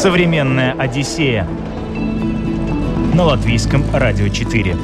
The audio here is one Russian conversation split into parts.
Современная Одиссея на Латвийском радио 4.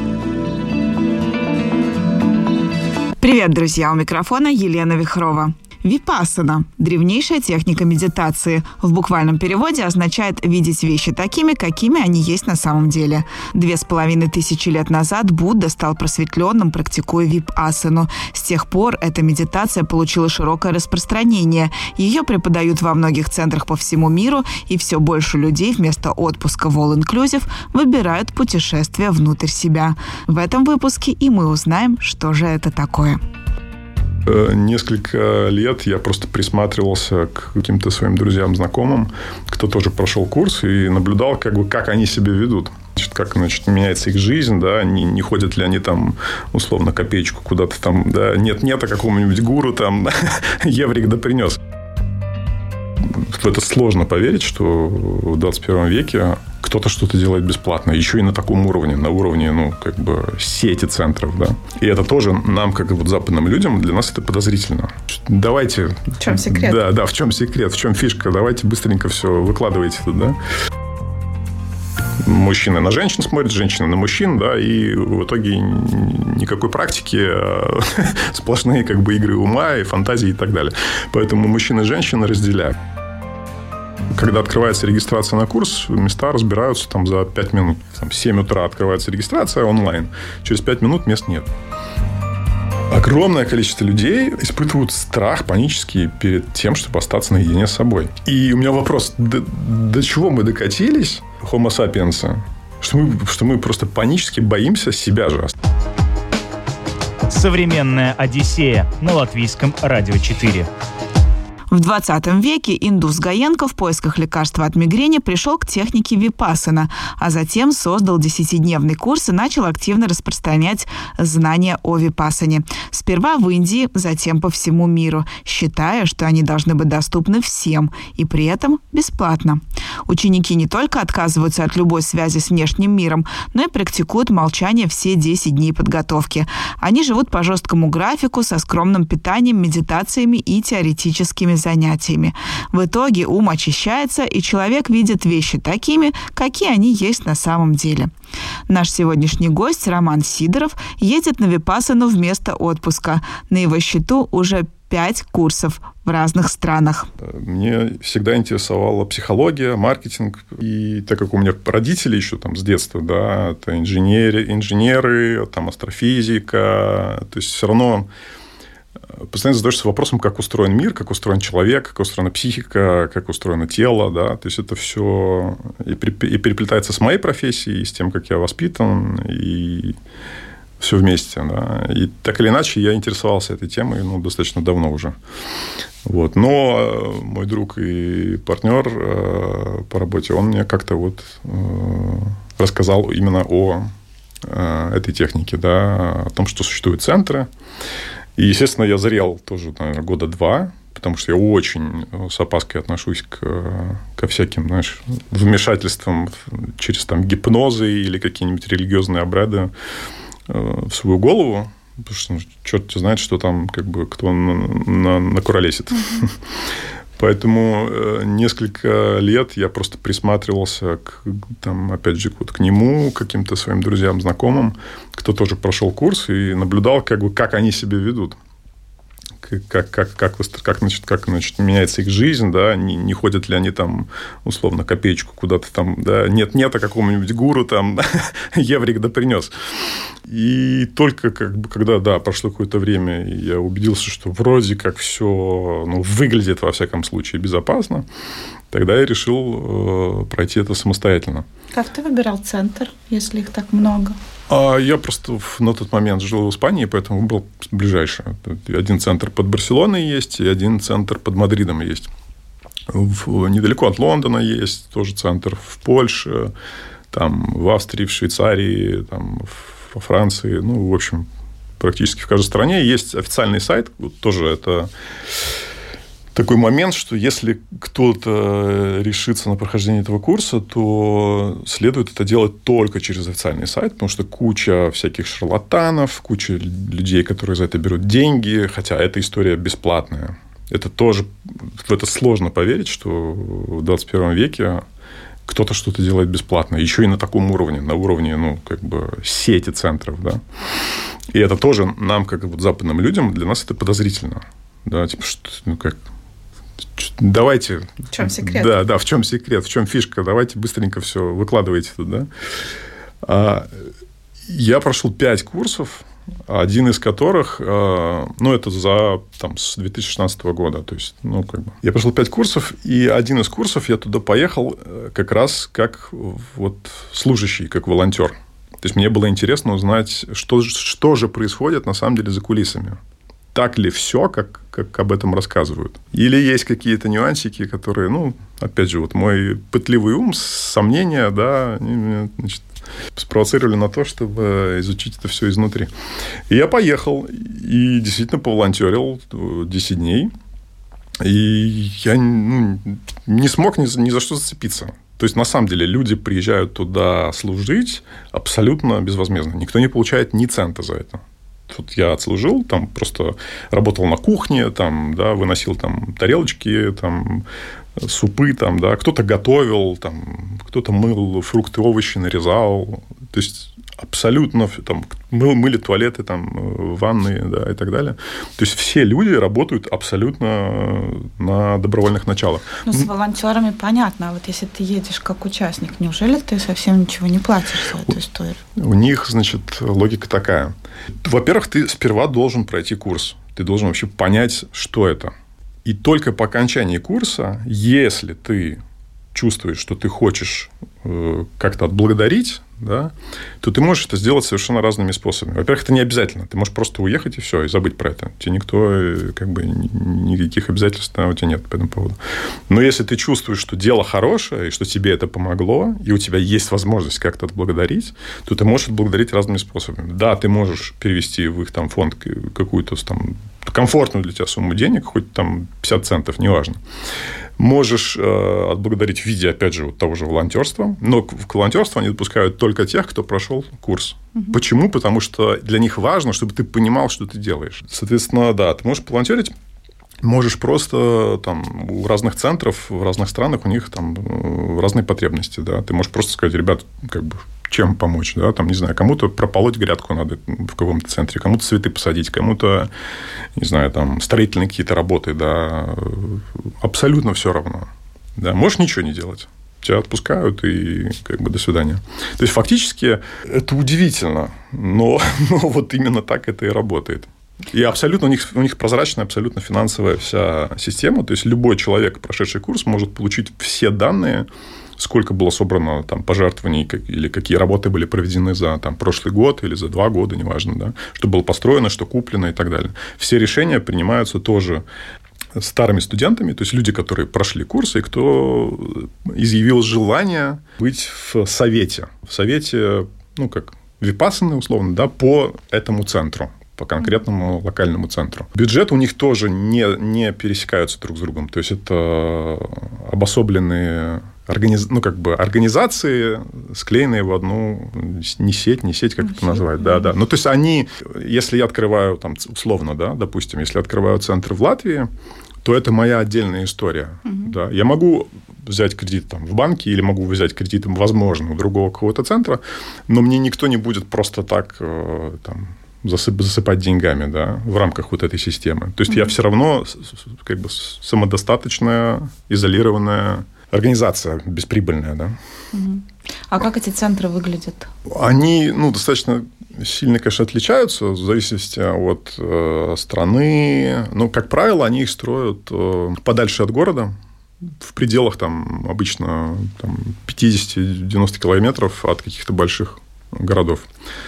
Привет, друзья! У микрофона Елена Вихрова. Випассана – древнейшая техника медитации. В буквальном переводе означает «видеть вещи такими, какими они есть на самом деле». 2500 лет назад Будда стал просветленным, практикуя випассану. С тех пор эта медитация получила широкое распространение. Ее преподают во многих центрах по всему миру, и все больше людей вместо отпуска в all-inclusive выбирают путешествие внутрь себя. В этом выпуске и мы узнаем, что же это такое. Несколько лет я просто присматривался к каким-то своим друзьям, знакомым, кто тоже прошел курс, и наблюдал, как они себя ведут. Как меняется их жизнь, да, не ходят ли они там, условно, копеечку куда-то там, да, нет-нет, а какому-нибудь гуру там еврик да принес. В это сложно поверить, что в 21 веке кто-то что-то делает бесплатно. Еще и на таком уровне. На уровне, сети центров, да. И это тоже нам, как западным людям, для нас это подозрительно. Давайте... В чем секрет? Да, в чем секрет, в чем фишка. Давайте быстренько все выкладывайте тут, да. Мужчины на женщин смотрят, женщины на мужчин, да, и в итоге никакой практики, а сплошные игры ума и фантазии и так далее. Поэтому мужчины и женщины разделяют. Когда открывается регистрация на курс, места разбираются там за 5 минут. В 7 утра открывается регистрация онлайн. Через 5 минут мест нет. Огромное количество людей испытывают страх панический перед тем, чтобы остаться наедине с собой. И у меня вопрос, до чего мы докатились, Homo sapiens, что мы просто панически боимся себя же. Современная Одиссея на Латвийском радио 4. В 20 веке индус Гаенко в поисках лекарства от мигрени пришел к технике випассана, а затем создал 10-дневный курс и начал активно распространять знания о випассане. Сперва в Индии, затем по всему миру, считая, что они должны быть доступны всем и при этом бесплатно. Ученики не только отказываются от любой связи с внешним миром, но и практикуют молчание все 10 дней подготовки. Они живут по жесткому графику со скромным питанием, медитациями и теоретическими занятиями. В итоге ум очищается, и человек видит вещи такими, какие они есть на самом деле. Наш сегодняшний гость, Роман Сидоров, едет на випассану вместо отпуска. На его счету уже 5 курсов в разных странах. Мне всегда интересовала психология, маркетинг. И так как у меня родители еще там с детства, да, это инженеры, там астрофизика, то есть все равно постоянно задаешься вопросом, как устроен мир, как устроен человек, как устроена психика, как устроено тело. Да? То есть это все и переплетается с моей профессией, и с тем, как я воспитан, и все вместе. Да? И так или иначе я интересовался этой темой достаточно давно уже. Вот. Но мой друг и партнер по работе, он мне как-то рассказал именно о этой технике, да? О том, что существуют центры. И, естественно, я зрел тоже, наверное, 2 года, потому что я очень с опаской отношусь ко всяким, вмешательствам через гипнозы или какие-нибудь религиозные обряды в свою голову, потому что черт знает, что там кто накуролесит. Поэтому несколько лет я просто присматривался опять же, к нему, к каким-то своим друзьям, знакомым, кто тоже прошел курс, и наблюдал, как они себя ведут. Как меняется их жизнь, да, не ходят ли они там, условно, копеечку куда-то там, да, нет-нет, а какому-нибудь гуру там еврик да принес. И только когда прошло какое-то время, я убедился, что вроде как все выглядит, во всяком случае, безопасно, тогда я решил пройти это самостоятельно. Как ты выбирал центр, если их так много? Я просто на тот момент жил в Испании, поэтому был ближайший. Один центр под Барселоной есть, и один центр под Мадридом есть. Недалеко от Лондона есть тоже центр, в Польше, там, в Австрии, в Швейцарии, там, во Франции. В общем, практически в каждой стране есть официальный сайт. Тоже это такой момент, что если кто-то решится на прохождение этого курса, то следует это делать только через официальный сайт, потому что куча всяких шарлатанов, куча людей, которые за это берут деньги, хотя эта история бесплатная. Это тоже, в это сложно поверить, что в 21 веке кто-то что-то делает бесплатно. Еще и на таком уровне, на уровне, сети центров, да. И это тоже нам, как западным людям, для нас это подозрительно. Да, типа, давайте... В чем секрет? Да, в чем секрет, в чем фишка? Давайте быстренько все выкладывайте туда. Я прошел 5 курсов, один из которых, это с 2016 года. То есть, я прошел 5 курсов, и один из курсов я туда поехал как раз как служащий, как волонтер. То есть, мне было интересно узнать, что же происходит на самом деле за кулисами. Так ли все, как об этом рассказывают? Или есть какие-то нюансики, которые, опять же, мой пытливый ум, сомнения, да, они меня, спровоцировали на то, чтобы изучить это все изнутри. И я поехал и действительно поволонтерил 10 дней. И я не смог ни за что зацепиться. То есть, на самом деле, люди приезжают туда служить абсолютно безвозмездно. Никто не получает ни цента за это. Тут я отслужил, там просто работал на кухне, там, да, выносил там тарелочки, там, супы, там, да, кто-то готовил, там, кто-то мыл фрукты, овощи, нарезал. То есть, абсолютно там, мыли туалеты, там, ванны, да, и так далее. То есть, все люди работают абсолютно на добровольных началах. С волонтерами понятно. А вот если ты едешь как участник, неужели ты совсем ничего не платишь за эту историю? У них, логика такая. Во-первых, ты сперва должен пройти курс. Ты должен вообще понять, что это. И только по окончании курса, если ты чувствуешь, что ты хочешь как-то отблагодарить, да, то ты можешь это сделать совершенно разными способами. Во-первых, это не обязательно. Ты можешь просто уехать и все, и забыть про это. Тебе никто, никаких обязательств у тебя нет по этому поводу. Но если ты чувствуешь, что дело хорошее, и что тебе это помогло, и у тебя есть возможность как-то отблагодарить, то ты можешь отблагодарить разными способами. Да, ты можешь перевести в их там фонд какую-то там комфортную для тебя сумму денег, хоть там 50 центов, неважно. Можешь отблагодарить в виде, опять же, того же волонтерства. Но к волонтерству они допускают только тех, кто прошел курс. Угу. Почему? Потому что для них важно, чтобы ты понимал, что ты делаешь. Соответственно, да, ты можешь волонтерить, можешь просто там у разных центров в разных странах у них там разные потребности. Да? Ты можешь просто сказать: ребят, чем помочь, да, там, не знаю, кому-то прополоть грядку надо в каком-то центре, кому-то цветы посадить, кому-то, не знаю, там, строительные какие-то работы, да, абсолютно все равно, да, можешь ничего не делать, тебя отпускают и до свидания. То есть, фактически, это удивительно, но вот именно так это и работает. И абсолютно у них прозрачная, абсолютно финансовая вся система, то есть, любой человек, прошедший курс, может получить все данные, сколько было собрано там пожертвований или какие работы были проведены за там, прошлый год или за 2 года, неважно, да, что было построено, что куплено и так далее. Все решения принимаются тоже старыми студентами, то есть люди, которые прошли курсы, и кто изъявил желание быть в совете. В совете, как випассаны, условно, да, по этому центру, по конкретному локальному центру. Бюджеты у них тоже не пересекаются друг с другом. То есть, это обособленные организации, склеенные в одну, не сеть, как это назвать. Да. Ну, то есть, они, если я открываю, там, условно, да, допустим, если открываю центр в Латвии, то это моя отдельная история. Угу. Да. Я могу взять кредит там, в банке или могу взять кредит, возможно, у другого какого-то центра, но мне никто не будет просто так там, засыпать деньгами, да, в рамках вот этой системы. То есть, я все равно самодостаточная, изолированная организация, бесприбыльная, да. А как эти центры выглядят? Они, достаточно сильно, конечно, отличаются в зависимости от страны. Но, как правило, они их строят подальше от города, в пределах там, обычно там, 50-90 километров от каких-то больших городов.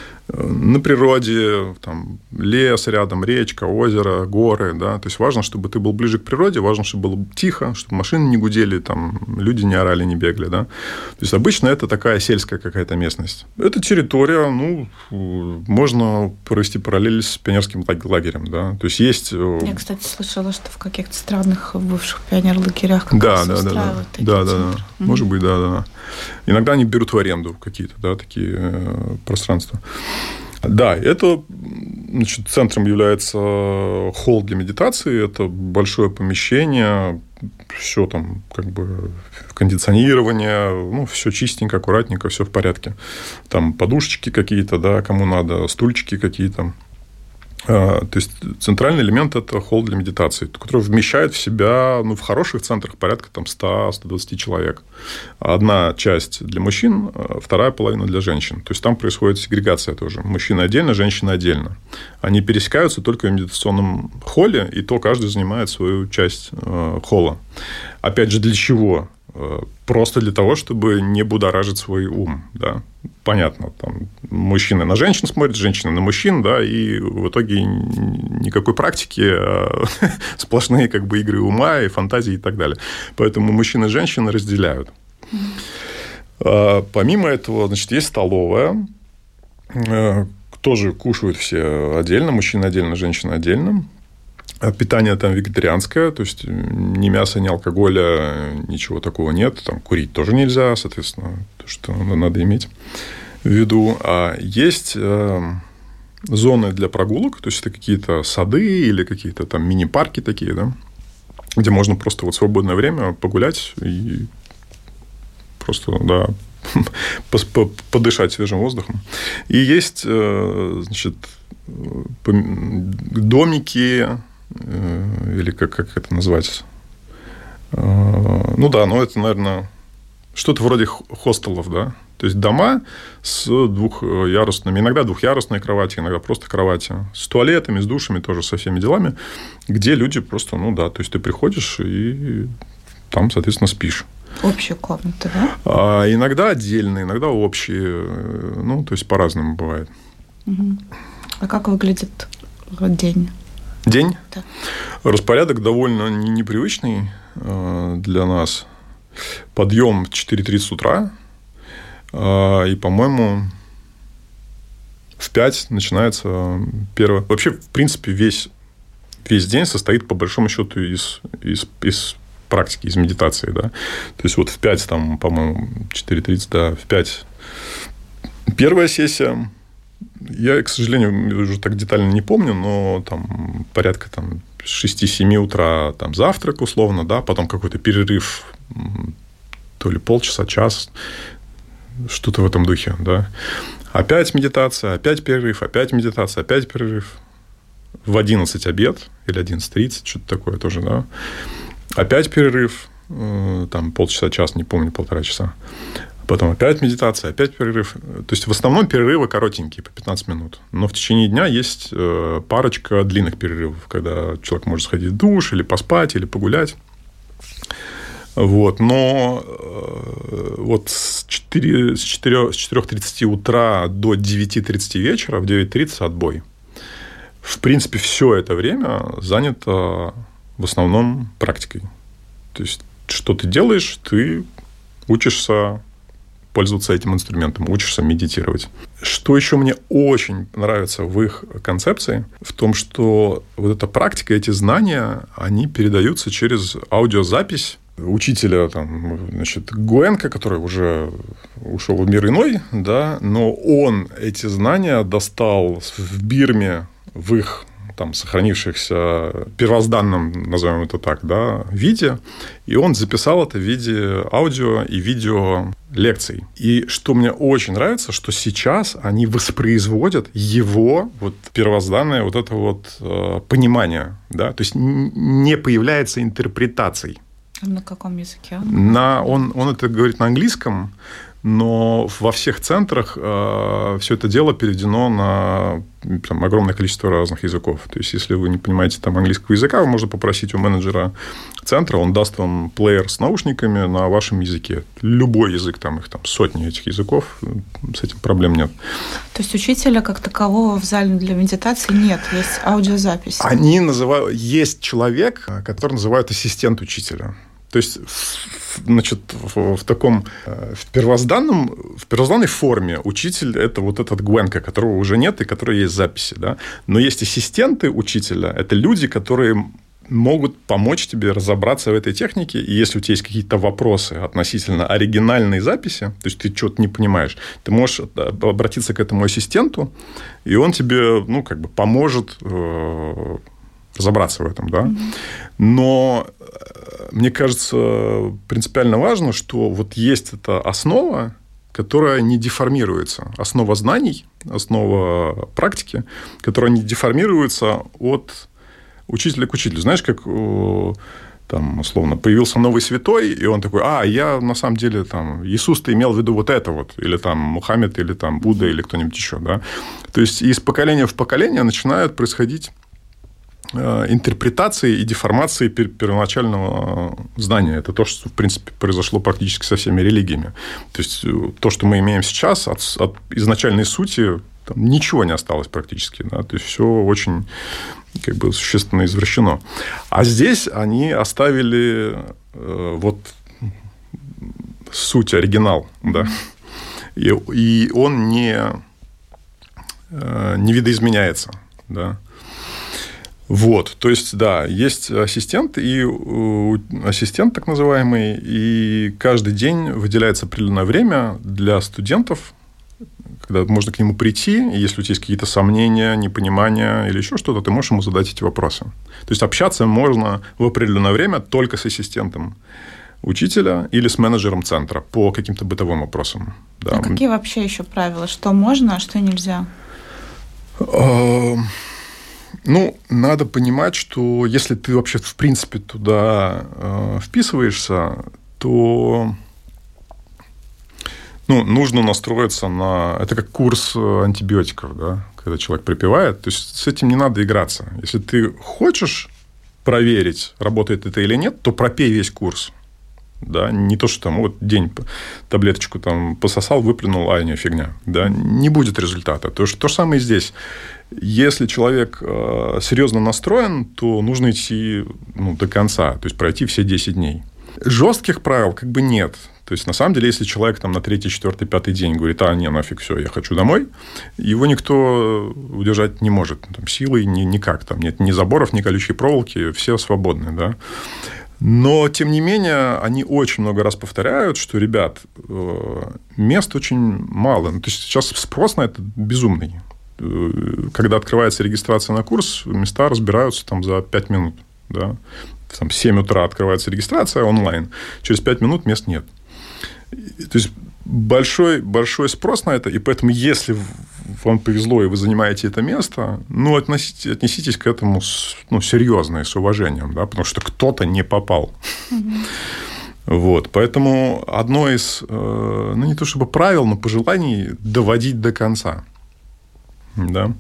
На природе, там, лес рядом, речка, озеро, горы, да, то есть, важно, чтобы ты был ближе к природе, важно, чтобы было тихо, чтобы машины не гудели, там, люди не орали, не бегали, да, то есть, обычно это такая сельская какая-то местность. Это территория, можно провести параллель с пионерским лагерем, да, то есть, есть... Я, кстати, слышала, что в каких-то странах, в бывших пионер-лагерях как раз устраивают такие центры. Может быть, да. Иногда они берут в аренду какие-то, да, такие пространства. Да, это, значит, центром является холл для медитации. Это большое помещение, все там как бы кондиционирование, ну, все чистенько, аккуратненько, все в порядке. Там подушечки какие-то, да, кому надо, стульчики какие-то. То есть центральный элемент – это холл для медитации, который вмещает в себя, ну, в хороших центрах порядка там 100-120 человек. Одна часть для мужчин, вторая половина для женщин. То есть там происходит сегрегация тоже. Мужчины отдельно, женщины отдельно. Они пересекаются только в медитационном холле, и то каждый занимает свою часть холла. Опять же, для чего? Просто для того, чтобы не будоражить свой ум, да. Понятно, там мужчины на женщин смотрят, женщины на мужчин, да, и в итоге никакой практики, а сплошные как бы игры ума и фантазии и так далее. Поэтому мужчины и женщины разделяют. Помимо этого, значит, есть столовая, тоже кушают все отдельно, мужчины отдельно, женщины отдельно. Питание там вегетарианское, то есть ни мяса, ни алкоголя, ничего такого нет. Там курить тоже нельзя, соответственно, то, что надо иметь в виду. А есть зоны для прогулок, то есть это какие-то сады или какие-то там мини-парки такие, да, где можно просто вот в свободное время погулять и просто, да, подышать свежим воздухом. И есть, значит, домики, или как это называется? Ну да, но это, наверное, что-то вроде хостелов, да. То есть дома с двухъярусными, иногда двухъярусные кровати, иногда просто кровати, с туалетами, с душами, тоже со всеми делами, где люди просто, ну да, то есть ты приходишь и там, соответственно, спишь. Общие комнаты, да? Иногда отдельные, иногда общие, ну, то есть по-разному бывает. А как выглядит день? День? Да. Распорядок довольно непривычный для нас. Подъем в 4:30 утра, и, по-моему, в 5 начинается первое. Вообще, в принципе, весь день состоит, по большому счету, из практики, из медитации. Да? То есть, вот в 5, там, по-моему, 4:30, да, в 5 первая сессия. Я, к сожалению, уже так детально не помню, но там порядка там, 6-7 утра там, завтрак, условно, да, потом какой-то перерыв, то ли полчаса, час, что-то в этом духе, да. Опять медитация, опять перерыв, опять медитация, опять перерыв. В 11 обед или 11:30, что-то такое тоже, да. Опять перерыв, там полчаса, час, не помню, 1,5 часа. Потом опять медитация, опять перерыв. То есть, в основном перерывы коротенькие, по 15 минут. Но в течение дня есть парочка длинных перерывов, когда человек может сходить в душ, или поспать, или погулять. Вот. Но вот с 4:30 утра до 9:30 вечера, в 9:30 отбой. В принципе, все это время занято в основном практикой. То есть, что ты делаешь? Ты учишься пользоваться этим инструментом, учишься медитировать. Что еще мне очень нравится в их концепции, в том, что вот эта практика, эти знания, они передаются через аудиозапись учителя, там, значит, Гоэнка, который уже ушел в мир иной, да, но он эти знания достал в Бирме, в их там, сохранившихся первозданном, назовем это так, да, виде, и он записал это в виде аудио и видео лекций. И что мне очень нравится, что сейчас они воспроизводят его вот первозданное вот это вот понимание, да, то есть не появляется интерпретаций. На каком языке? Он это говорит на английском, но во всех центрах все это дело переведено на там, огромное количество разных языков. То есть, если вы не понимаете там, английского языка, можно попросить у менеджера центра, он даст вам плеер с наушниками на вашем языке. Любой язык, там их там сотни этих языков, с этим проблем нет. То есть, учителя как такового в зале для медитации нет, есть аудиозапись? Они называют... Есть человек, который называют ассистент учителя. То есть, значит, в первозданной форме учитель – это вот этот Гуэнка, которого уже нет и который есть в записи. Да? Но есть ассистенты учителя – это люди, которые могут помочь тебе разобраться в этой технике. И если у тебя есть какие-то вопросы относительно оригинальной записи, то есть ты что-то не понимаешь, ты можешь обратиться к этому ассистенту, и он тебе, поможет разобраться в этом, да. Но мне кажется, принципиально важно, что вот есть эта основа, которая не деформируется. Основа знаний, основа практики, которая не деформируется от учителя к учителю. Знаешь, как там, условно, появился новый святой, и он такой: я на самом деле там Иисус-то имел в виду вот это вот, или там Мухаммед, или там Будда, или кто-нибудь еще, да. То есть из поколения в поколение начинают происходить интерпретации и деформации первоначального знания. Это то, что, в принципе, произошло практически со всеми религиями. То есть то, что мы имеем сейчас, от изначальной сути там ничего не осталось практически. Да? То есть все очень существенно извращено. А здесь они оставили вот суть, оригинал. Да? И он не видоизменяется. Да? Вот, то есть, да, есть ассистент, и ассистент так называемый, и каждый день выделяется определенное время для студентов, когда можно к нему прийти, и если у тебя есть какие-то сомнения, непонимания или еще что-то, ты можешь ему задать эти вопросы. То есть, общаться можно в определенное время только с ассистентом учителя или с менеджером центра по каким-то бытовым вопросам. Да. А какие вообще еще правила? Что можно, а что нельзя? Надо понимать, что если ты вообще, в принципе, туда вписываешься, то нужно настроиться на... Это как курс антибиотиков, да, когда человек припевает. То есть, с этим не надо играться. Если ты хочешь проверить, работает это или нет, то пропей весь курс. Да, не то, что там вот день таблеточку там пососал, выплюнул, не, фигня. Да, не будет результата. То же самое и здесь. Если человек серьезно настроен, то нужно идти до конца, то есть пройти все 10 дней. Жестких правил нет. То есть, на самом деле, если человек там на 3-й, 4-й, 5-й день говорит: нафиг, все, я хочу домой, его никто удержать не может. Там, силой никак. Там нет ни заборов, ни колючей проволоки, все свободны. Да? Но, тем не менее, они очень много раз повторяют, что, ребят, мест очень мало. То есть, сейчас спрос на это безумный. Когда открывается регистрация на курс, места разбираются там за 5 минут. Да? Там, в 7 утра открывается регистрация онлайн. Через 5 минут мест нет. То есть, большой спрос на это. И поэтому, если вам повезло, и вы занимаете это место, отнеситесь к этому серьезно и с уважением. Да? Потому что кто-то не попал. Вот. Поэтому одно из, не то чтобы правил, но пожеланий – доводить до конца. Да.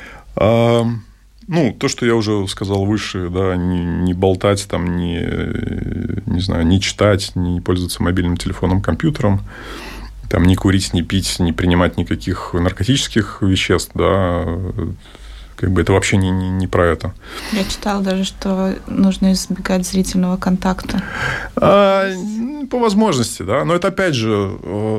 То, что я уже сказал выше, да, не болтать, там, не читать, не пользоваться мобильным телефоном, компьютером, там, не курить, не пить, не принимать никаких наркотических веществ, да, это вообще не про это. Я читала даже, что нужно избегать зрительного контакта. По возможности, да, но это опять же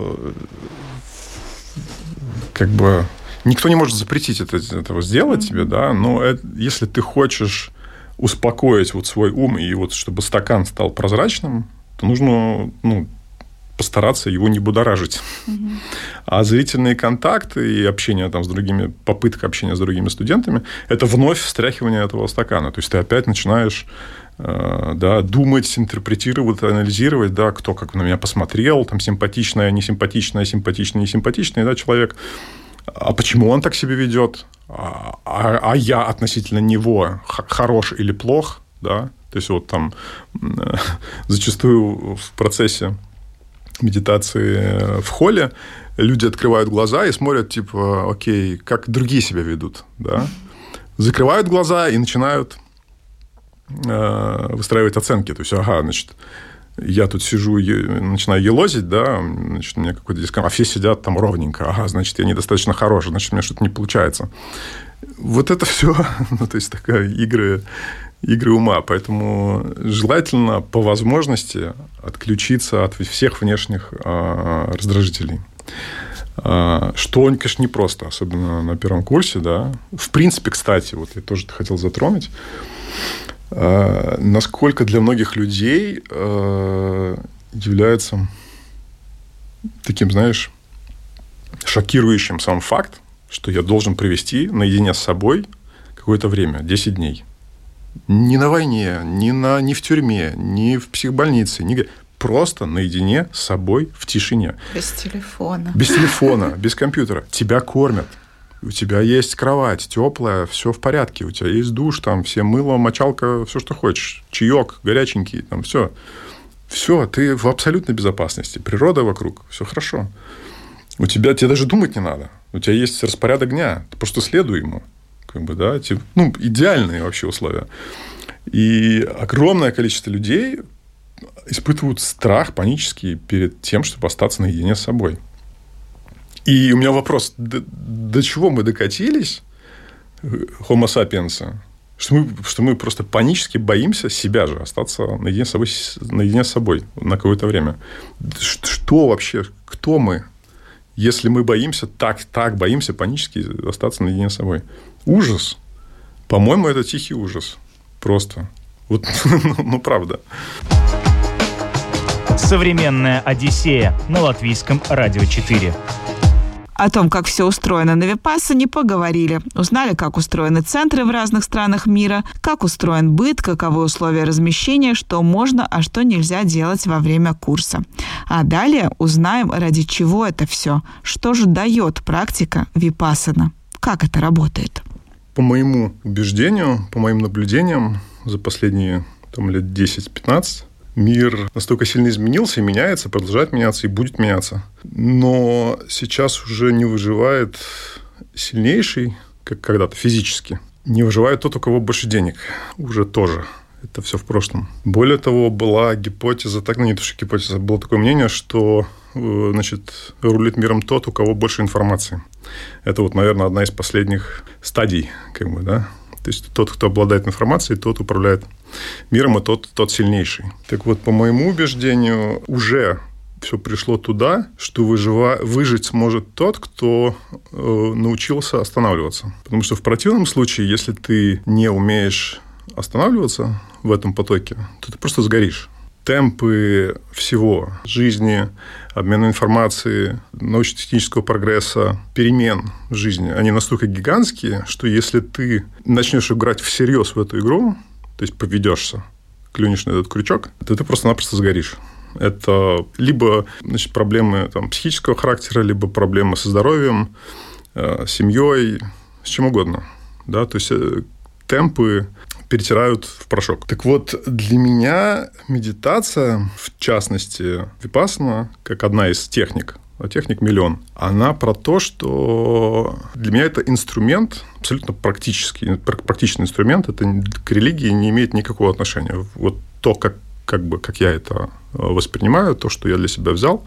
никто не может запретить этого сделать тебе, да, но если ты хочешь успокоить свой ум и чтобы стакан стал прозрачным, то нужно постараться его не будоражить. А зрительные контакты и общение там с другими, попытка общения с другими студентами – это вновь встряхивание этого стакана. То есть, ты опять начинаешь думать, интерпретировать, анализировать, да, кто как на меня посмотрел, там, симпатичная, несимпатичная, симпатичный, несимпатичный, да, человек. А почему он так себя ведет? А я относительно него хорош или плох? Да? То есть, там зачастую в процессе медитации в холле люди открывают глаза и смотрят, окей, как другие себя ведут. Да? Закрывают глаза и начинают выстраивать оценки. То есть, я тут сижу, начинаю елозить, да, у меня какой-то дискомфорт, а все сидят там ровненько, значит, я недостаточно хорош, значит, у меня что-то не получается. Вот это все, то есть, такая игры ума. Поэтому желательно по возможности отключиться от всех внешних раздражителей. Что, конечно, непросто, особенно на первом курсе, да. В принципе, кстати, я тоже хотел затронуть. насколько для многих людей является таким, знаешь, шокирующим сам факт, что я должен провести наедине с собой какое-то время, 10 дней. Не на войне, не в тюрьме, не в психбольнице, просто наедине с собой в тишине. Без телефона. Без телефона, без компьютера. Тебя кормят. У тебя есть кровать теплая, все в порядке. У тебя есть душ, там все мыло, мочалка, все, что хочешь. Чаек горяченький, там все. Все, ты в абсолютной безопасности. Природа вокруг, все хорошо. Тебе даже думать не надо. У тебя есть распорядок дня. Ты просто следуй ему. Идеальные вообще условия. И огромное количество людей испытывают страх панический перед тем, чтобы остаться наедине с собой. И у меня вопрос, до чего мы докатились, Homo sapiens, что мы просто панически боимся себя же остаться наедине с собой на какое-то время. Что вообще, кто мы, если мы боимся, так боимся панически остаться наедине с собой? Ужас. По-моему, это тихий ужас. Просто. Правда. Современная Одиссея на Латвийском радио 4. О том, как все устроено на Випассане, поговорили. Узнали, как устроены центры в разных странах мира, как устроен быт, каковы условия размещения, что можно, а что нельзя делать во время курса. А далее узнаем, ради чего это все, что же дает практика Випассана, как это работает. По моему убеждению, по моим наблюдениям за последние лет 10-15, мир настолько сильно изменился и меняется, продолжает меняться и будет меняться. Но сейчас уже не выживает сильнейший, как когда-то физически. Не выживает тот, у кого больше денег. Уже тоже. Это все в прошлом. Более того, была гипотеза, не то, что гипотеза, было такое мнение, что рулит миром тот, у кого больше информации. Это наверное, одна из последних стадий, То есть тот, кто обладает информацией, тот управляет миром, и тот сильнейший. Так вот, по моему убеждению, уже все пришло туда, что выжить сможет тот, кто научился останавливаться. Потому что в противном случае, если ты не умеешь останавливаться в этом потоке, то ты просто сгоришь. Темпы всего жизни, обмена информацией, научно-технического прогресса, перемен в жизни, они настолько гигантские, что если ты начнешь играть всерьез в эту игру, то есть поведешься, клюнешь на этот крючок, то ты просто-напросто сгоришь. Это либо проблемы психического характера, либо проблемы со здоровьем, семьей, с чем угодно. Да? То есть темпы перетирают в порошок. Так вот, для меня медитация, в частности, випассана, как одна из техник, а техник миллион, она про то, что для меня это инструмент, абсолютно практичный инструмент, это к религии не имеет никакого отношения. Вот то, как я это воспринимаю, то, что я для себя взял,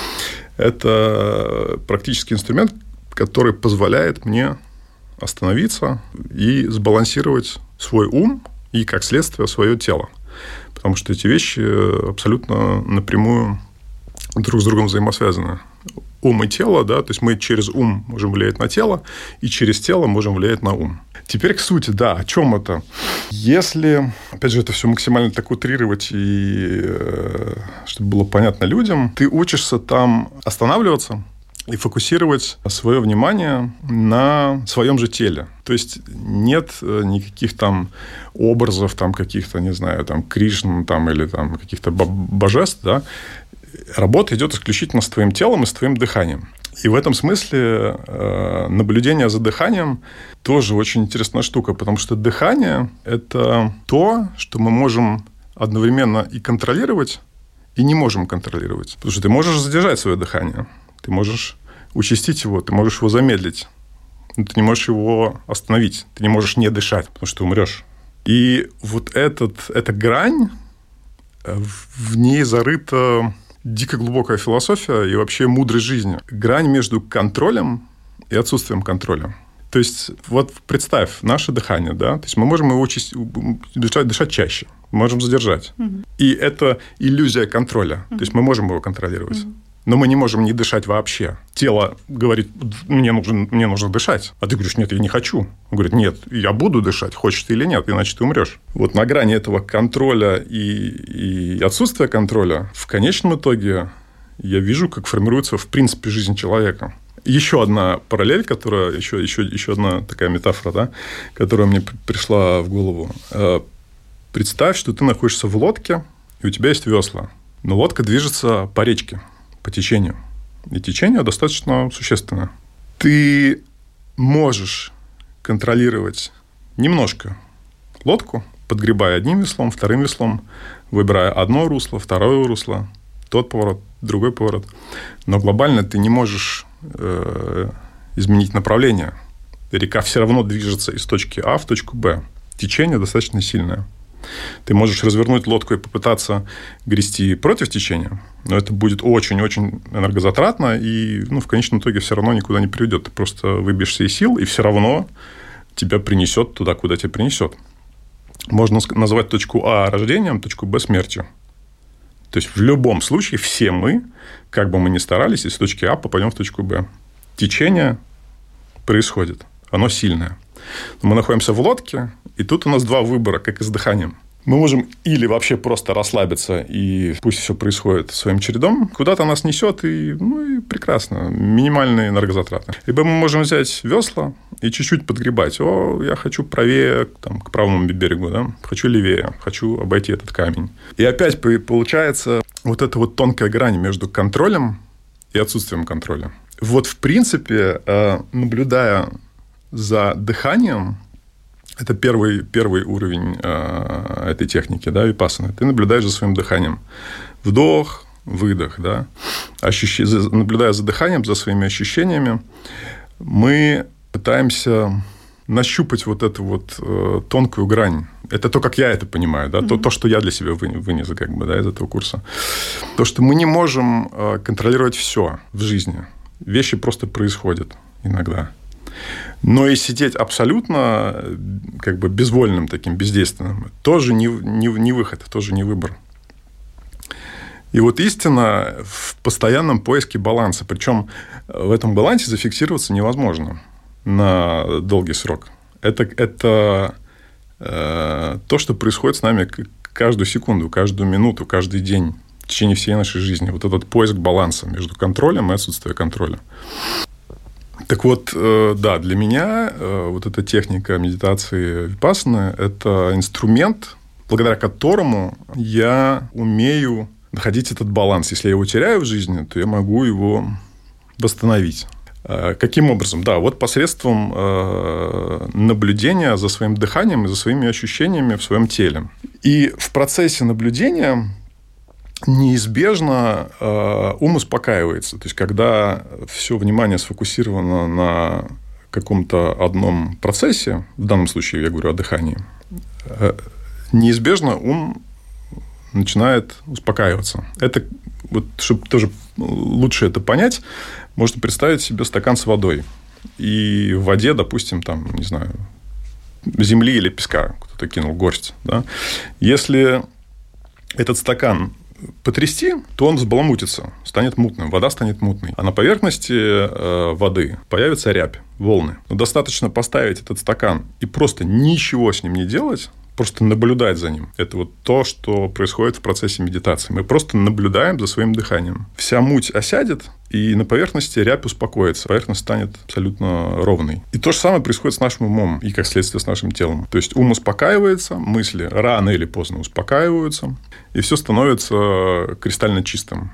это практический инструмент, который позволяет мне остановиться и сбалансировать свой ум и, как следствие, свое тело. Потому что эти вещи абсолютно напрямую друг с другом взаимосвязаны. Ум и тело, да, то есть мы через ум можем влиять на тело, и через тело можем влиять на ум. Теперь к сути, да, о чем это? Если, опять же, это все максимально так утрировать, и чтобы было понятно людям, ты учишься там останавливаться и фокусировать свое внимание на своем же теле. То есть нет никаких образов, каких-то, не знаю, Кришн или каких-то божеств, да. Работа идет исключительно с твоим телом и с твоим дыханием. И в этом смысле наблюдение за дыханием тоже очень интересная штука, потому что дыхание – это то, что мы можем одновременно и контролировать, и не можем контролировать. Потому что ты можешь задержать свое дыхание, ты можешь участить его, ты можешь его замедлить, но ты не можешь его остановить, ты не можешь не дышать, потому что ты умрешь. И вот эта грань, в ней зарыта дико глубокая философия и вообще мудрость жизни. Грань между контролем и отсутствием контроля. То есть, вот представь, наше дыхание, да, то есть мы можем его дышать чаще, можем задержать. И это иллюзия контроля. То есть мы можем его контролировать. Но мы не можем не дышать вообще. Тело говорит, мне нужно дышать. А ты говоришь, нет, я не хочу. Он говорит, нет, я буду дышать, хочешь ты или нет, иначе ты умрешь. Вот на грани этого контроля и отсутствия контроля в конечном итоге я вижу, как формируется, в принципе, жизнь человека. Еще одна параллель, еще одна такая метафора, да, которая мне пришла в голову. Представь, что ты находишься в лодке, и у тебя есть весла. Но лодка движется по речке, по течению. И течение достаточно существенное. Ты можешь контролировать немножко лодку, подгребая одним веслом, вторым веслом, выбирая одно русло, второе русло, тот поворот, другой поворот. Но глобально ты не можешь изменить направление. Река все равно движется из точки А в точку Б. Течение достаточно сильное. Ты можешь развернуть лодку и попытаться грести против течения, но это будет очень-очень энергозатратно и в конечном итоге все равно никуда не приведет. Ты просто выбьешься из сил, и все равно тебя принесет туда, куда тебя принесет. Можно назвать точку А рождением, точку Б смертью. То есть в любом случае все мы, как бы мы ни старались, из точки А попадем в точку Б. Течение происходит, оно сильное. Мы находимся в лодке, и тут у нас два выбора, как и с дыханием. Мы можем или вообще просто расслабиться, и пусть все происходит своим чередом, куда-то нас несет, и прекрасно, минимальные энергозатраты. Либо мы можем взять весла и чуть-чуть подгребать. Я хочу правее, к правому берегу, да? Хочу левее, хочу обойти этот камень. И опять получается вот эта вот тонкая грань между контролем и отсутствием контроля. Вот, в принципе, наблюдая за дыханием, это первый уровень этой техники, да, випассаны. Ты наблюдаешь за своим дыханием. Вдох, выдох, да. Наблюдая за дыханием, за своими ощущениями, мы пытаемся нащупать вот эту вот тонкую грань. Это то, как я это понимаю, да, то, что я для себя вынес из этого курса. То, что мы не можем контролировать все в жизни. Вещи просто происходят иногда. Но и сидеть абсолютно безвольным, таким бездейственным, тоже не выход, тоже не выбор. И вот истина в постоянном поиске баланса. Причем в этом балансе зафиксироваться невозможно на долгий срок. Это то, что происходит с нами каждую секунду, каждую минуту, каждый день, в течение всей нашей жизни. Вот этот поиск баланса между контролем и отсутствием контроля. Так вот, да, для меня вот эта техника медитации випассаны – это инструмент, благодаря которому я умею находить этот баланс. Если я его теряю в жизни, то я могу его восстановить. Каким образом? Да, вот посредством наблюдения за своим дыханием и за своими ощущениями в своем теле. И в процессе наблюдения неизбежно ум успокаивается. То есть, когда все внимание сфокусировано на каком-то одном процессе, в данном случае я говорю о дыхании, неизбежно ум начинает успокаиваться. Это, вот, чтобы тоже лучше это понять, можно представить себе стакан с водой. И в воде, допустим, там, не знаю, земли или песка кто-то кинул горсть. Да? Если этот стакан потрясти, то он взбаламутится, станет мутным, вода станет мутной. А на поверхности воды появится рябь, волны. Но достаточно поставить этот стакан и просто ничего с ним не делать, просто наблюдать за ним. Это вот то, что происходит в процессе медитации. Мы просто наблюдаем за своим дыханием. Вся муть осядет, и на поверхности рябь успокоится. Поверхность станет абсолютно ровной. И то же самое происходит с нашим умом и, как следствие, с нашим телом. То есть, ум успокаивается, мысли рано или поздно успокаиваются, и все становится кристально чистым.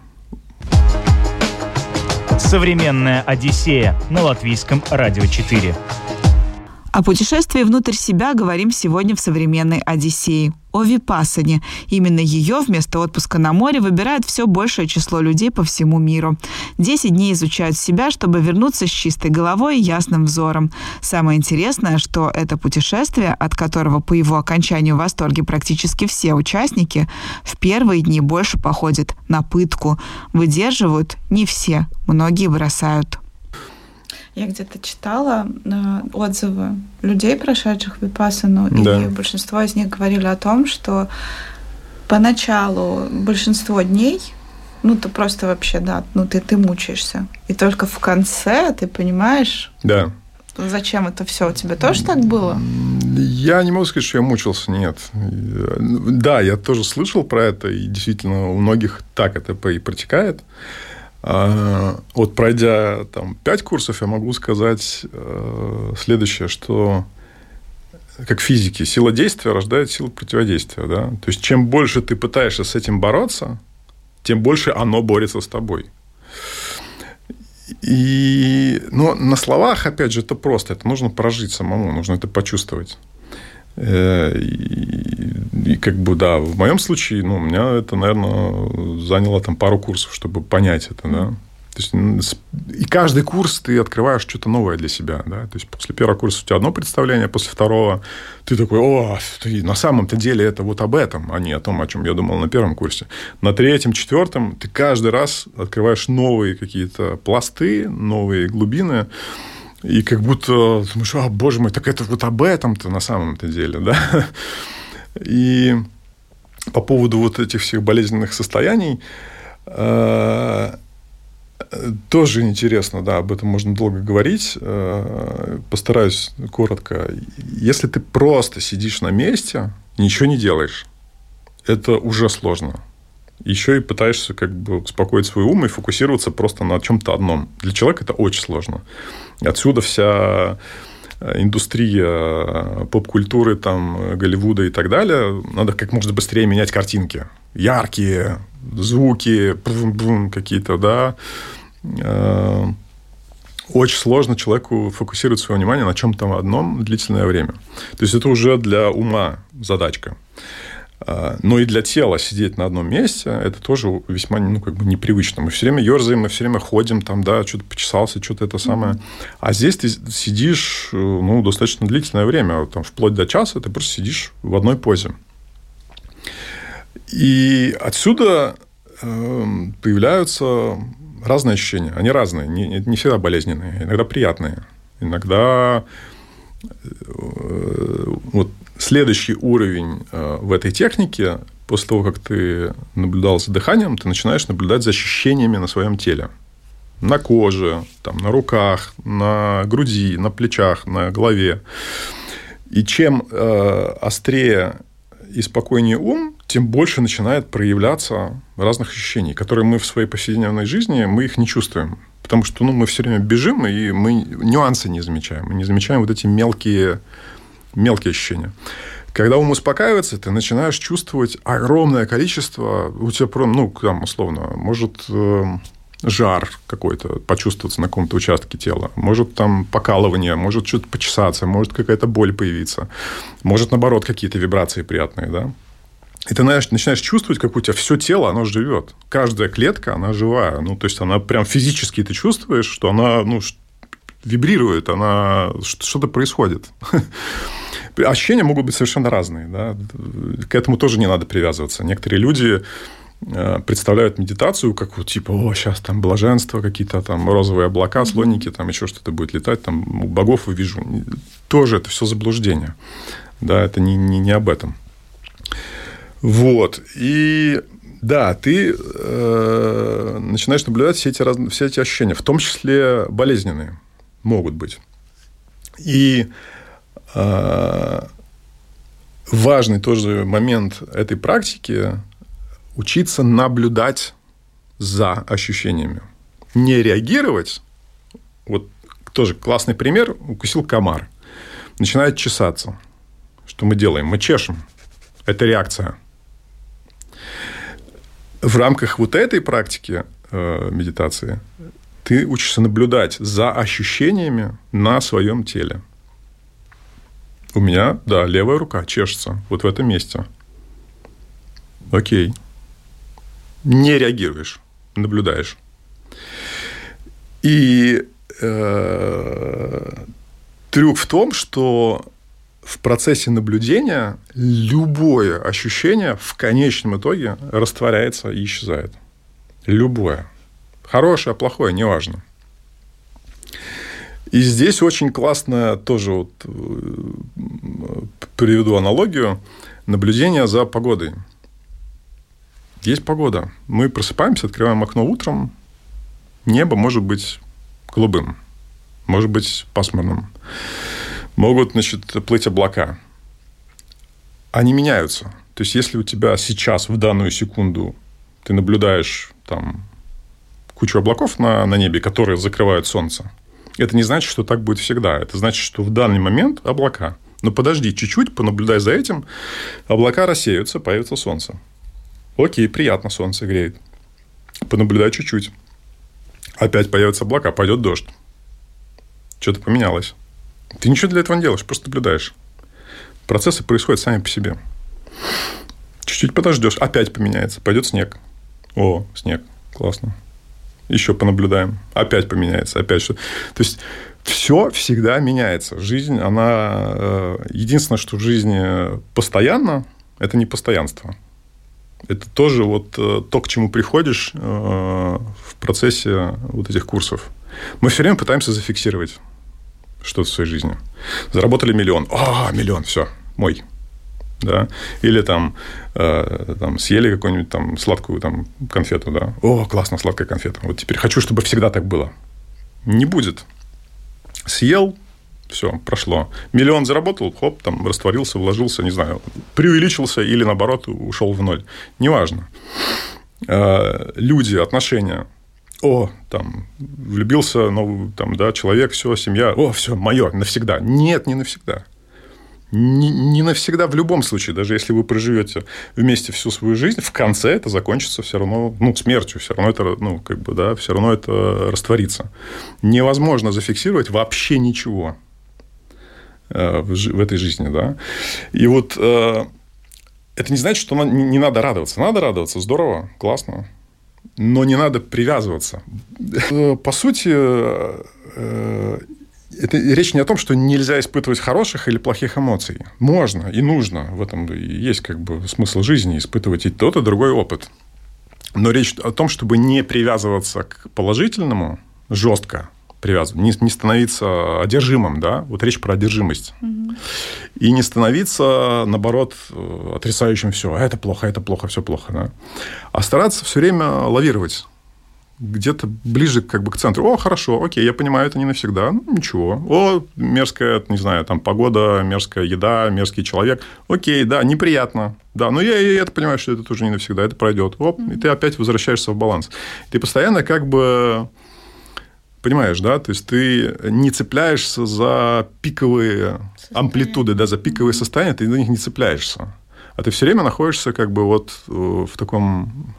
Современная Одиссея на Латвийском радио 4. О путешествии внутрь себя говорим сегодня в «Современной Одиссее». О випассане. Именно ее вместо отпуска на море выбирает все большее число людей по всему миру. 10 дней изучают себя, чтобы вернуться с чистой головой и ясным взором. Самое интересное, что это путешествие, от которого по его окончанию в восторге практически все участники, в первые дни больше походит на пытку. Выдерживают не все, многие бросают. Я где-то читала отзывы людей, прошедших випассану, да. И большинство из них говорили о том, что поначалу большинство дней Ну, ты просто вообще, да, ну, ты мучаешься. И только в конце ты понимаешь... Да. Зачем это все? У тебя тоже так было? Я не могу сказать, что я мучился, нет. Да, я тоже слышал про это, и действительно у многих так это и протекает. Вот пройдя там 5 курсов, я могу сказать следующее, что как в физике, сила действия рождает силу противодействия. Да? То есть, чем больше ты пытаешься с этим бороться, тем больше оно борется с тобой. Но на словах, опять же, это просто. Это нужно прожить самому, нужно это почувствовать. И как бы, да, в моем случае, у меня это, наверное, заняло там пару курсов, чтобы понять это, да. То есть, и каждый курс ты открываешь что-то новое для себя, да. То есть, после первого курса у тебя одно представление, после второго ты такой, на самом-то деле это вот об этом, а не о том, о чем я думал на первом курсе. На третьем, четвертом ты каждый раз открываешь новые какие-то пласты, новые глубины, и как будто думаешь, боже мой, так это вот об этом-то на самом-то деле, да. И по поводу вот этих всех болезненных состояний тоже интересно, да, об этом можно долго говорить. Постараюсь коротко. Если ты просто сидишь на месте, ничего не делаешь, это уже сложно. Еще и пытаешься как бы успокоить свой ум и фокусироваться просто на чем-то одном. Для человека это очень сложно. Отсюда вся индустрия поп-культуры, там, Голливуда и так далее. Надо как можно быстрее менять картинки. Яркие, звуки, какие-то, да. Очень сложно человеку фокусировать свое внимание на чем-то одном длительное время. То есть, это уже для ума задачка. Но и для тела сидеть на одном месте, это тоже весьма непривычно. Мы все время ерзаем, мы все время ходим, там, да, что-то почесался, что-то это самое. А здесь ты сидишь достаточно длительное время, там, вплоть до часа ты просто сидишь в одной позе. И отсюда появляются разные ощущения. Они разные, не всегда болезненные, иногда приятные. Иногда вот следующий уровень в этой технике, после того, как ты наблюдал за дыханием, ты начинаешь наблюдать за ощущениями на своем теле. На коже, там, на руках, на груди, на плечах, на голове. И чем острее и спокойнее ум, тем больше начинает проявляться разных ощущений, которые мы в своей повседневной жизни, мы их не чувствуем. Потому что мы все время бежим, и мы нюансы не замечаем. Мы не замечаем вот эти мелкие ощущения. Когда ум успокаивается, ты начинаешь чувствовать огромное количество... У тебя, там, условно, может жар какой-то почувствоваться на каком-то участке тела. Может, там покалывание, может, что-то почесаться, может, какая-то боль появиться. Может, наоборот, какие-то вибрации приятные, да? И ты начинаешь чувствовать, как у тебя все тело, оно живет. Каждая клетка, она живая. То есть, она прям физически ты чувствуешь, что она, вибрирует, что-то происходит. Ощущения могут быть совершенно разные. Да? К этому тоже не надо привязываться. Некоторые люди представляют медитацию как вот типа, сейчас там блаженство, какие-то там розовые облака, слоники, там еще что-то будет летать, там богов увижу. Тоже это все заблуждение. Да, это не об этом. Вот. И да, ты начинаешь наблюдать все эти ощущения, в том числе болезненные могут быть. И важный тоже момент этой практики – учиться наблюдать за ощущениями. Не реагировать. Вот тоже классный пример. Укусил комар. Начинает чесаться. Что мы делаем? Мы чешем. Это реакция. В рамках вот этой практики медитации ты учишься наблюдать за ощущениями на своем теле. У меня, да, левая рука чешется вот в этом месте. Окей. Не реагируешь, наблюдаешь. И трюк в том, что в процессе наблюдения любое ощущение в конечном итоге растворяется и исчезает. Любое. Хорошее, плохое, неважно. И здесь очень классно тоже вот приведу аналогию наблюдения за погодой. Есть погода. Мы просыпаемся, открываем окно утром. Небо может быть голубым, может быть пасмурным. Могут, плыть облака. Они меняются. То есть, если у тебя сейчас, в данную секунду, ты наблюдаешь там кучу облаков на небе, которые закрывают солнце, это не значит, что так будет всегда. Это значит, что в данный момент облака. Но подожди чуть-чуть, понаблюдай за этим. Облака рассеются, появится солнце. Окей, приятно, солнце греет. Понаблюдай чуть-чуть. Опять появятся облака, пойдет дождь. Что-то поменялось. Ты ничего для этого не делаешь, просто наблюдаешь. Процессы происходят сами по себе. Чуть-чуть подождешь, опять поменяется, пойдет снег. О, снег, классно. Еще понаблюдаем, опять поменяется, опять что. То есть, все всегда меняется. Жизнь, она... Единственное, что в жизни постоянно, это не постоянство. Это тоже то, к чему приходишь в процессе этих курсов. Мы все время пытаемся зафиксировать что-то в своей жизни. Заработали 1 миллион. Миллион, все, мой. Да? Или там съели какую-нибудь там сладкую конфету. Да? О, классно, сладкая конфета. Вот теперь хочу, чтобы всегда так было. Не будет. Съел, все, прошло. 1 миллион заработал, хоп, там растворился, вложился, не знаю, преувеличился или, наоборот, ушел в ноль. Неважно. Люди, отношения. Влюбился новый человек, все, семья. Все, мое, навсегда. Нет, не навсегда. Не навсегда в любом случае. Даже если вы проживете вместе всю свою жизнь, в конце это закончится все равно, смертью. Все равно это, все равно это растворится. Невозможно зафиксировать вообще ничего в этой жизни, да. И это не значит, что не надо радоваться. Надо радоваться, здорово, классно. Но не надо привязываться. По сути, это речь не о том, что нельзя испытывать хороших или плохих эмоций. Можно и нужно. В этом есть смысл жизни, испытывать и тот, и другой опыт. Но речь о том, чтобы не привязываться к положительному жестко, не становиться одержимым, да? Речь про одержимость. Угу. И не становиться, наоборот, отрицающим все. Это плохо, все плохо. Да? А стараться все время лавировать. Где-то ближе к центру. Хорошо, окей, я понимаю, это не навсегда. Ничего. Мерзкая, не знаю, погода, мерзкая еда, мерзкий человек. Окей, да, неприятно. Да, но я это понимаю, что это тоже не навсегда. Это пройдет. И ты опять возвращаешься в баланс. Ты постоянно понимаешь, да? То есть, ты не цепляешься за пиковые амплитуды, да, за пиковые состояния, ты на них не цепляешься. А ты все время находишься в таком...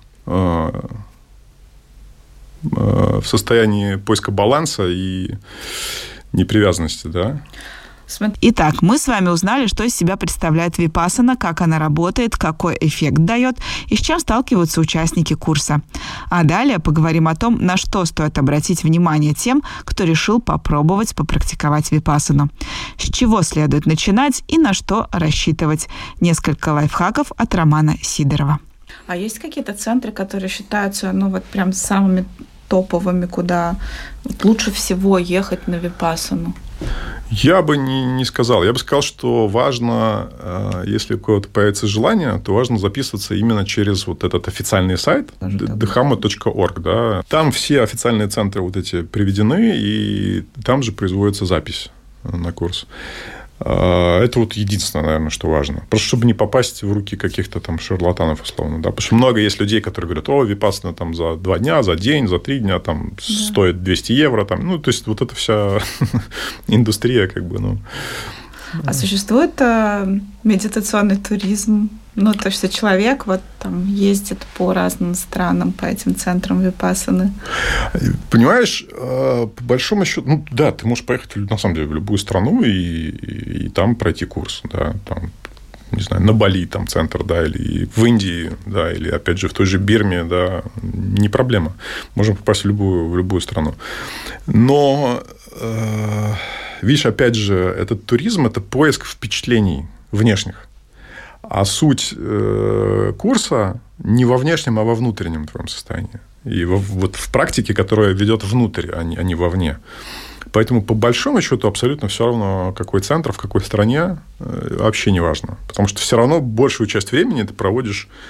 в состоянии поиска баланса и непривязанности, да? Итак, мы с вами узнали, что из себя представляет випассана, как она работает, какой эффект дает и с чем сталкиваются участники курса. А далее поговорим о том, на что стоит обратить внимание тем, кто решил попробовать попрактиковать випассану. С чего следует начинать и на что рассчитывать. Несколько лайфхаков от Романа Сидорова. А есть какие-то центры, которые считаются, прям самыми топовыми, куда лучше всего ехать на випассану? Я бы не сказал. Я бы сказал, что важно, если у кого-то появится желание, то важно записываться именно через этот официальный сайт dhama.org. Да. Там все официальные центры эти приведены, и там же производится запись на курс. Это единственное, наверное, что важно. Просто чтобы не попасть в руки каких-то шарлатанов, условно. Да? Потому что много есть людей, которые говорят, випассана за 2 дня, за день, за 3 дня стоит 200 евро. То есть, эта вся индустрия А существует медитационный туризм? То, что человек ездит по разным странам, по этим центрам випассаны. Понимаешь, по большому счету, да, ты можешь поехать, на самом деле, в любую страну и там пройти курс, да, не знаю, на Бали центр, да, или в Индии, да, или, опять же, в той же Бирме, да, не проблема. Можем попасть в любую страну. Но, видишь, опять же, этот туризм – это поиск впечатлений внешних. А суть курса не во внешнем, а во внутреннем твоем состоянии. И в практике, которая ведет внутрь, а не вовне. Поэтому, по большому счету, абсолютно все равно, какой центр, в какой стране, вообще не важно. Потому что все равно большую часть времени ты проводишь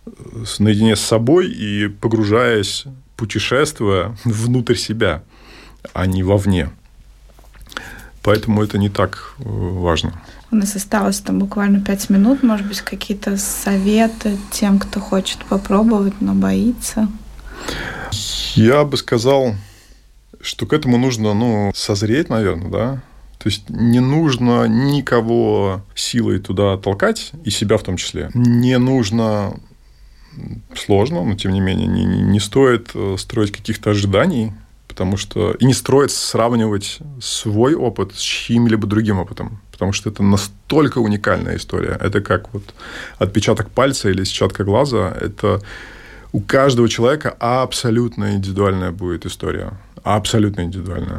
наедине с собой и погружаясь, путешествуя внутрь себя, а не вовне. Поэтому это не так важно. У нас осталось там буквально 5 минут. Может быть, какие-то советы тем, кто хочет попробовать, но боится? Я бы сказал, что к этому нужно, созреть, наверное, да. То есть не нужно никого силой туда толкать, и себя в том числе. Не нужно сложно, но тем не менее не стоит строить каких-то ожиданий, потому что и не стоит сравнивать свой опыт с чьим-либо другим опытом, потому что это настолько уникальная история. Это как вот отпечаток пальца или сетчатка глаза. Это у каждого человека абсолютно индивидуальная будет история. Абсолютно индивидуальная.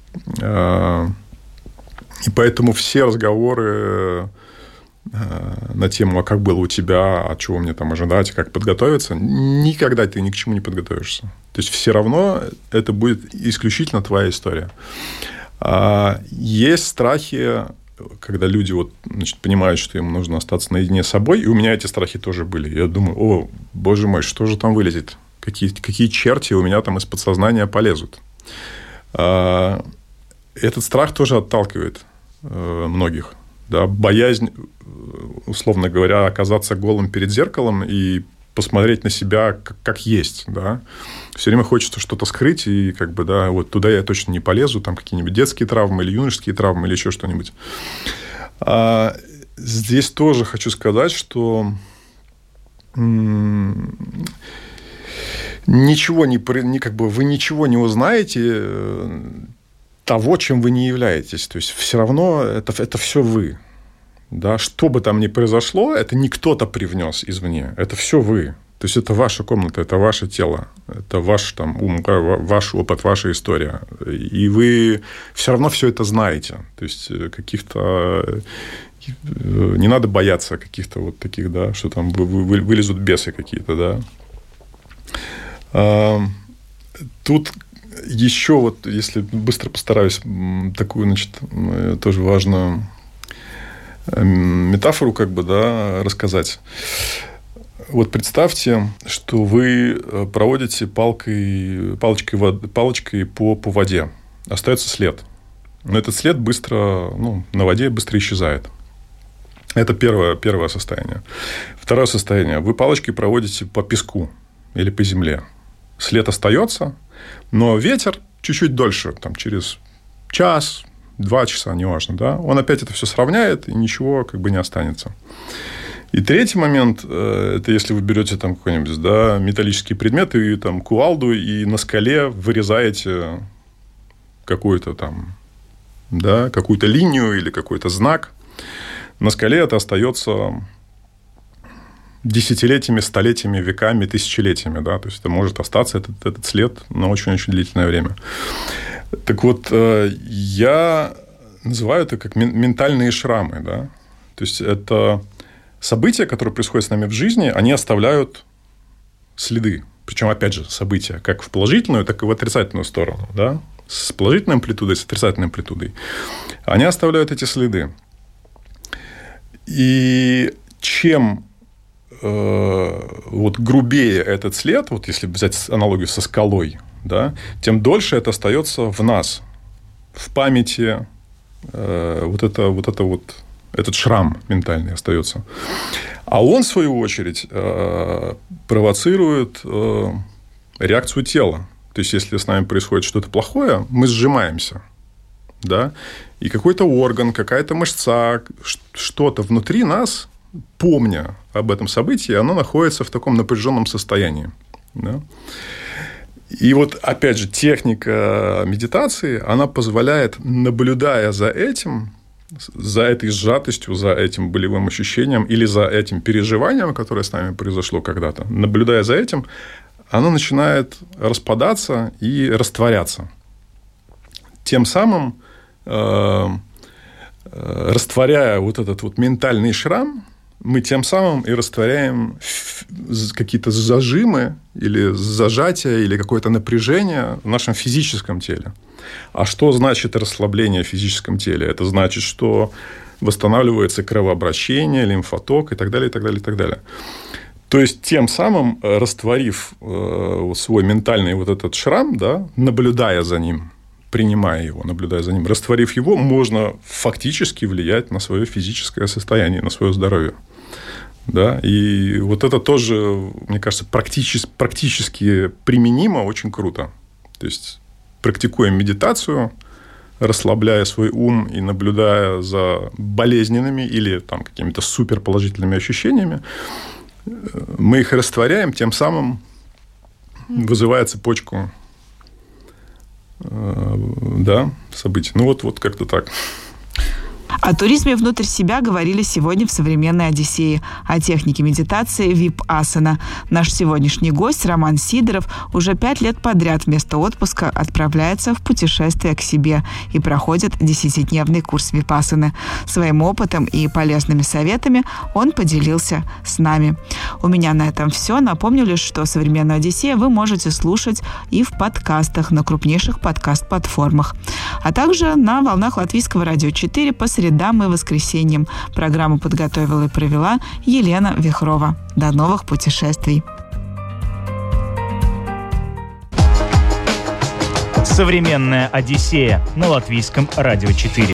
И поэтому все разговоры на тему, а как было у тебя, а чего мне там ожидать, как подготовиться, никогда ты ни к чему не подготовишься. То есть, все равно это будет исключительно твоя история. Есть страхи, когда люди понимают, что им нужно остаться наедине с собой, и у меня эти страхи тоже были. Я думаю, о, боже мой, что же там вылезет? Какие черти у меня там из подсознания полезут? Этот страх тоже отталкивает многих. Да, боязнь, условно говоря, оказаться голым перед зеркалом и посмотреть на себя как есть. Да. Все время хочется что-то скрыть, и вот туда я точно не полезу, там какие-нибудь детские травмы или юношеские травмы, или еще что-нибудь. Здесь тоже хочу сказать, что вы ничего не узнаете того, чем вы не являетесь. То есть, все равно это все вы. Да? Что бы там ни произошло, это не кто-то привнес извне. Это все вы. То есть, это ваша комната, это ваше тело, это ваш ум, ваш опыт, ваша история. И вы все равно все это знаете. То есть, каких-то... Не надо бояться каких-то вот таких, да, что там вылезут бесы какие-то, да. Тут... Еще если быстро постараюсь, такую, тоже важную метафору рассказать. Вот представьте, что вы проводите палочкой по воде. Остается след. Но этот след быстро, на воде быстро исчезает. Это первое состояние. Второе состояние. Вы палочкой проводите по песку или по земле. След остается, но ветер чуть-чуть дольше, через час, 2 часа, неважно, да, он опять это все сравняет, и ничего не останется. И третий момент, это если вы берете какой-нибудь, да, металлический предмет и кувалду, и на скале вырезаете какую-то какую-то линию или какой-то знак. На скале это остается десятилетиями, столетиями, веками, тысячелетиями. Да? То есть, это может остаться, этот след, на очень-очень длительное время. Так вот, я называю это как ментальные шрамы. Да? То есть, это события, которые происходят с нами в жизни, они оставляют следы. Причем, опять же, события как в положительную, так и в отрицательную сторону. Да? С положительной амплитудой, с отрицательной амплитудой. Они оставляют эти следы. И чем грубее этот след, если взять аналогию со скалой, да, тем дольше это остается в нас, в памяти, этот шрам ментальный остается. А он, в свою очередь, провоцирует реакцию тела. То есть, если с нами происходит что-то плохое, мы сжимаемся. Да? И какой-то орган, какая-то мышца, что-то внутри нас, помня об этом событии, оно находится в таком напряженном состоянии. Да? И опять же, техника медитации, она позволяет, наблюдая за этим, за этой сжатостью, за этим болевым ощущением или за этим переживанием, которое с нами произошло когда-то, наблюдая за этим, оно начинает распадаться и растворяться. Тем самым, растворяя этот ментальный шрам, мы тем самым и растворяем какие-то зажимы или зажатия, или какое-то напряжение в нашем физическом теле. А что значит расслабление в физическом теле? Это значит, что восстанавливается кровообращение, лимфоток и так далее, и так далее, и так далее. То есть, тем самым, растворив свой ментальный вот этот шрам, да, наблюдая за ним, принимая его, наблюдая за ним, растворив его, можно фактически влиять на свое физическое состояние, на свое здоровье. Да? И вот это тоже, мне кажется, практически применимо, очень круто. То есть, практикуя медитацию, расслабляя свой ум и наблюдая за болезненными или там, какими-то суперположительными ощущениями, мы их растворяем, тем самым вызывая цепочку событий. Ну, вот как-то так. О туризме внутрь себя говорили сегодня в «Современной Одиссее», о технике медитации випассана. Наш сегодняшний гость Роман Сидоров уже 5 лет подряд вместо отпуска отправляется в путешествие к себе и проходит 10-дневный курс випассаны. Своим опытом и полезными советами он поделился с нами. У меня на этом все. Напомню лишь, что «Современную Одиссею» вы можете слушать и в подкастах на крупнейших подкаст-платформах, а также на волнах Латвийского радио 4 по средам и воскресеньям. Программу подготовила и провела Елена Вихрова. До новых путешествий. «Современная Одиссея» на Латвийском радио 4.